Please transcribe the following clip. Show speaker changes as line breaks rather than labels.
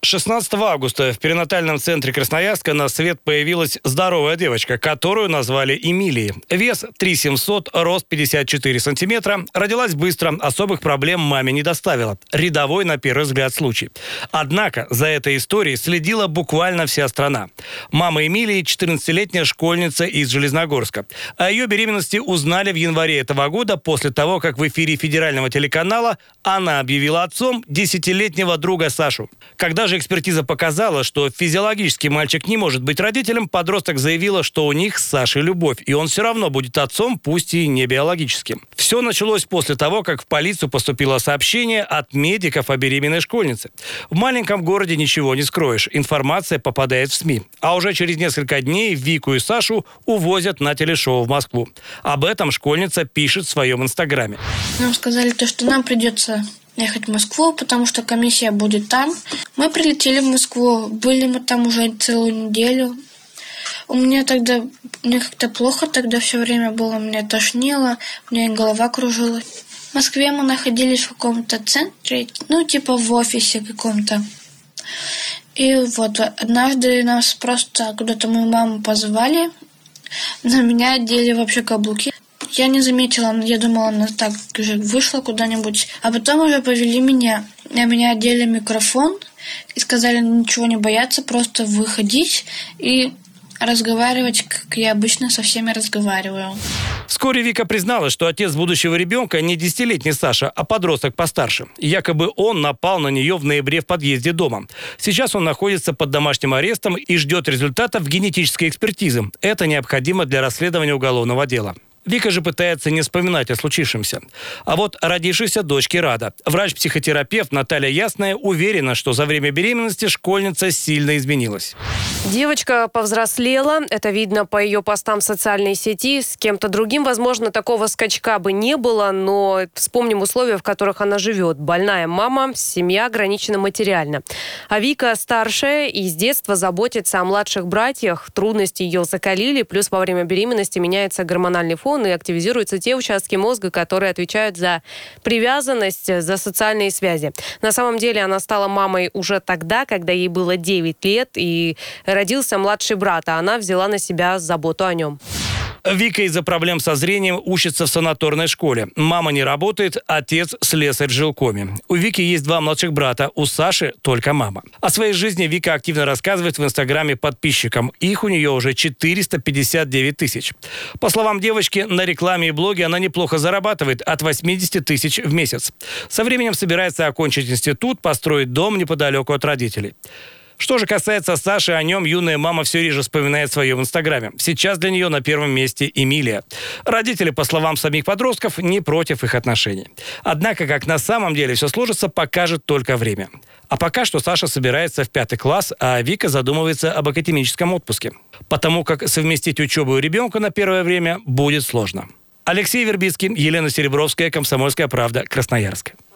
16 августа в перинатальном центре Красноярска на свет появилась здоровая девочка, которую назвали Эмилией. Вес 3700, рост 54 сантиметра. Родилась быстро, особых проблем маме не доставила. Рядовой, на первый взгляд, случай. Однако за этой историей следила буквально вся страна. Мама Эмилии – 14-летняя школьница из Железногорска. О ее беременности узнали в январе этого года после того, как в эфире федерального телеканала она объявила отцом 10-летнего друга Сашу. Когда же экспертиза показала, что физиологически мальчик не может быть родителем, подросток заявила, что у них с Сашей любовь, и он все равно будет отцом, пусть и не биологическим. Все началось после того, как в полицию поступило сообщение от медиков о беременной школьнице. В маленьком городе ничего не скроешь, информация попадает в СМИ. А уже через несколько дней Вику и Сашу увозят на телешоу в Москву. Об этом школьница пишет в своем инстаграме.
Нам сказали, что нам придется ехать в Москву, потому что комиссия будет там. Мы прилетели в Москву, были мы там уже целую неделю. Мне как-то плохо тогда все время было, меня тошнило, мне голова кружилась. В Москве мы находились в каком-то центре, в офисе каком-то. И вот однажды нас просто куда-то мою маму позвали, на меня одели вообще каблуки. Я не заметила, я думала, она так уже вышла куда-нибудь. А потом уже повели меня. На меня одели микрофон и сказали ничего не бояться, просто выходить и разговаривать, как я обычно со всеми разговариваю.
Вскоре Вика призналась, что отец будущего ребенка не 10-летний Саша, а подросток постарше. Якобы он напал на нее в ноябре в подъезде дома. Сейчас он находится под домашним арестом и ждет результатов генетической экспертизы. Это необходимо для расследования уголовного дела. Вика же пытается не вспоминать о случившемся. А вот родившейся дочке рада. Врач-психотерапевт Наталья Ясная уверена, что за время беременности школьница сильно изменилась.
Девочка повзрослела, это видно по ее постам в социальной сети. С кем-то другим, возможно, такого скачка бы не было, но вспомним условия, в которых она живет. Больная мама, семья ограничена материально. А Вика старшая и с детства заботится о младших братьях. Трудности ее закалили, плюс во время беременности меняется гормональный фон и активизируются те участки мозга, которые отвечают за привязанность, за социальные связи. На самом деле она стала мамой уже тогда, когда ей было 9 лет, и родился младший брат, а она взяла на себя заботу о нем.
Вика из-за проблем со зрением учится в санаторной школе. Мама не работает, отец слесарь в жилкоме. У Вики есть 2 младших брата, у Саши только мама. О своей жизни Вика активно рассказывает в инстаграме подписчикам. Их у нее уже 459 тысяч. По словам девочки, на рекламе и блоге она неплохо зарабатывает от 80 тысяч в месяц. Со временем собирается окончить институт, построить дом неподалеку от родителей. Что же касается Саши, о нем юная мама все реже вспоминает в своем инстаграме. Сейчас для нее на первом месте Эмилия. Родители, по словам самих подростков, не против их отношений. Однако, как на самом деле все сложится, покажет только время. А пока что Саша собирается в 5 класс, а Вика задумывается об академическом отпуске. Потому как совместить учебу и ребенка на первое время будет сложно. Алексей Вербицкий, Елена Серебровская, «Комсомольская правда», Красноярск.